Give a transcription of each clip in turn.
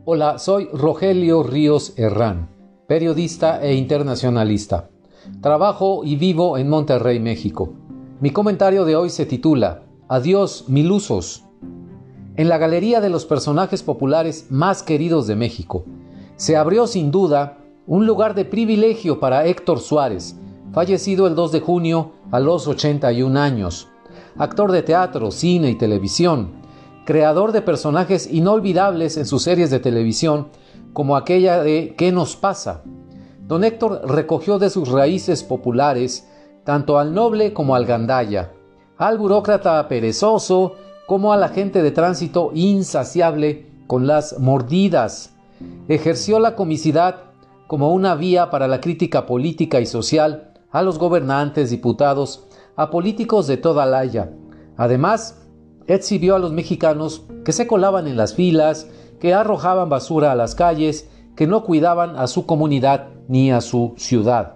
Hola, soy Rogelio Ríos Herrán, periodista e internacionalista. Trabajo y vivo en Monterrey, México. Mi comentario de hoy se titula Adiós, Milusos. En la galería de los personajes populares más queridos de México, se abrió sin duda un lugar de privilegio para Héctor Suárez, fallecido el 2 de junio a los 81 años. Actor de teatro, cine y televisión, creador de personajes inolvidables en sus series de televisión, como aquella de ¿Qué nos pasa? Don Héctor recogió de sus raíces populares tanto al noble como al gandalla, al burócrata perezoso como al agente de tránsito insaciable con las mordidas. Ejerció la comicidad como una vía para la crítica política y social a los gobernantes, diputados, a políticos de toda laya. Además, exhibió a los mexicanos que se colaban en las filas, que arrojaban basura a las calles, que no cuidaban a su comunidad ni a su ciudad.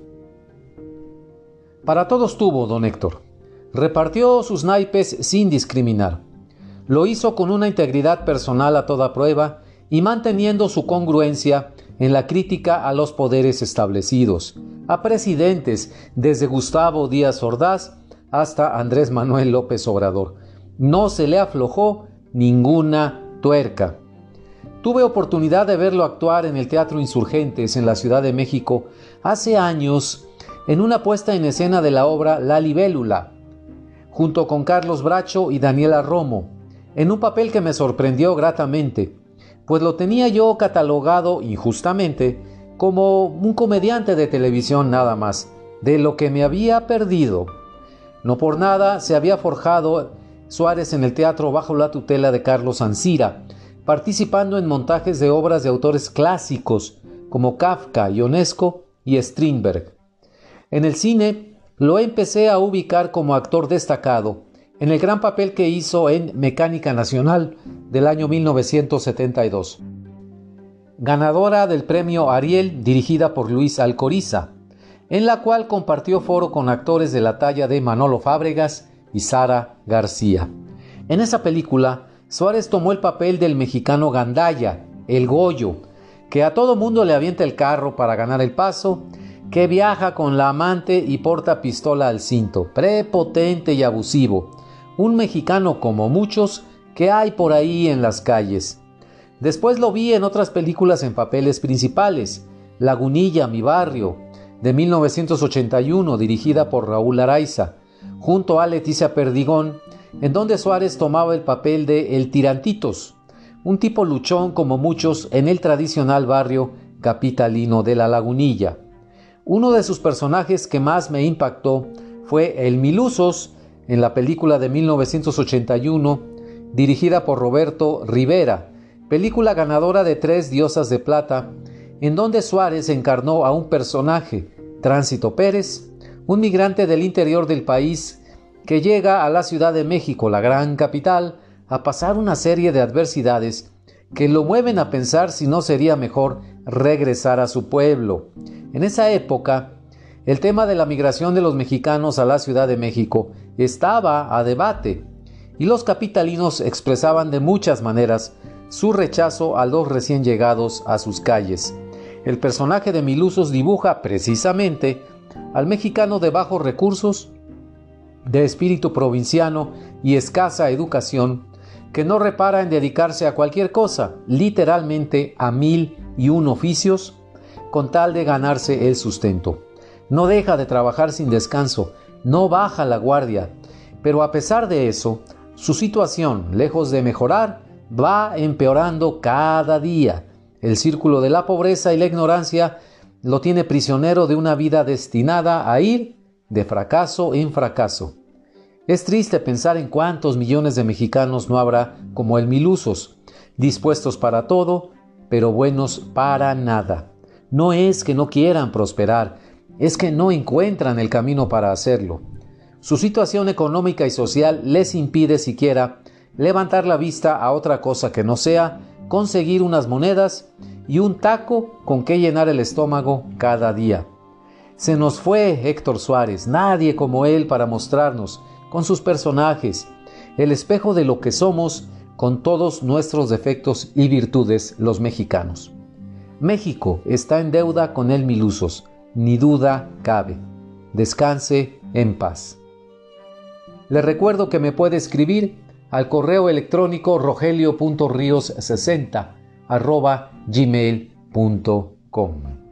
Para todos tuvo don Héctor. Repartió sus naipes sin discriminar. Lo hizo con una integridad personal a toda prueba y manteniendo su congruencia en la crítica a los poderes establecidos, a presidentes desde Gustavo Díaz Ordaz hasta Andrés Manuel López Obrador. No se le aflojó ninguna tuerca. Tuve oportunidad de verlo actuar en el Teatro Insurgentes en la Ciudad de México hace años en una puesta en escena de la obra La Libélula, junto con Carlos Bracho y Daniela Romo, en un papel que me sorprendió gratamente, pues lo tenía yo catalogado injustamente como un comediante de televisión nada más, de lo que me había perdido. No por nada se había forjado Suárez en el teatro bajo la tutela de Carlos Ancira, participando en montajes de obras de autores clásicos como Kafka, Ionesco y Strindberg. En el cine lo empecé a ubicar como actor destacado en el gran papel que hizo en Mecánica Nacional del año 1972, ganadora del premio Ariel dirigida por Luis Alcoriza, en la cual compartió foro con actores de la talla de Manolo Fábregas y Sara García. En esa película, Suárez tomó el papel del mexicano gandalla, el Goyo, que a todo mundo le avienta el carro para ganar el paso, que viaja con la amante y porta pistola al cinto, prepotente y abusivo, un mexicano como muchos que hay por ahí en las calles. Después lo vi en otras películas en papeles principales, Lagunilla, mi barrio, de 1981, dirigida por Raúl Araiza, junto a Leticia Perdigón, en donde Suárez tomaba el papel de El Tirantitos, un tipo luchón como muchos en el tradicional barrio capitalino de La Lagunilla. Uno de sus personajes que más me impactó fue el Milusos, en la película de 1981, dirigida por Roberto Rivera, película ganadora de 3 Diosas de Plata, en donde Suárez encarnó a un personaje, Tránsito Pérez, un migrante del interior del país que llega a la Ciudad de México, la gran capital, a pasar una serie de adversidades que lo mueven a pensar si no sería mejor regresar a su pueblo. En esa época, el tema de la migración de los mexicanos a la Ciudad de México estaba a debate y los capitalinos expresaban de muchas maneras su rechazo a los recién llegados a sus calles. El personaje de Milusos dibuja precisamente al mexicano de bajos recursos, de espíritu provinciano y escasa educación, que no repara en dedicarse a cualquier cosa, literalmente a 1001 oficios, con tal de ganarse el sustento. No deja de trabajar sin descanso, no baja la guardia, pero a pesar de eso, su situación, lejos de mejorar, va empeorando cada día. El círculo de la pobreza y la ignorancia lo tiene prisionero de una vida destinada a ir de fracaso en fracaso. Es triste pensar en cuántos millones de mexicanos no habrá como el Milusos, dispuestos para todo, pero buenos para nada. No es que no quieran prosperar, es que no encuentran el camino para hacerlo. Su situación económica y social les impide siquiera levantar la vista a otra cosa que no sea conseguir unas monedas y un taco con que llenar el estómago cada día. Se nos fue Héctor Suárez, nadie como él para mostrarnos, con sus personajes, el espejo de lo que somos con todos nuestros defectos y virtudes los mexicanos. México está en deuda con el Milusos, ni duda cabe. Descanse en paz. Le recuerdo que me puede escribir al correo electrónico rogelio.rios60@gmail.com.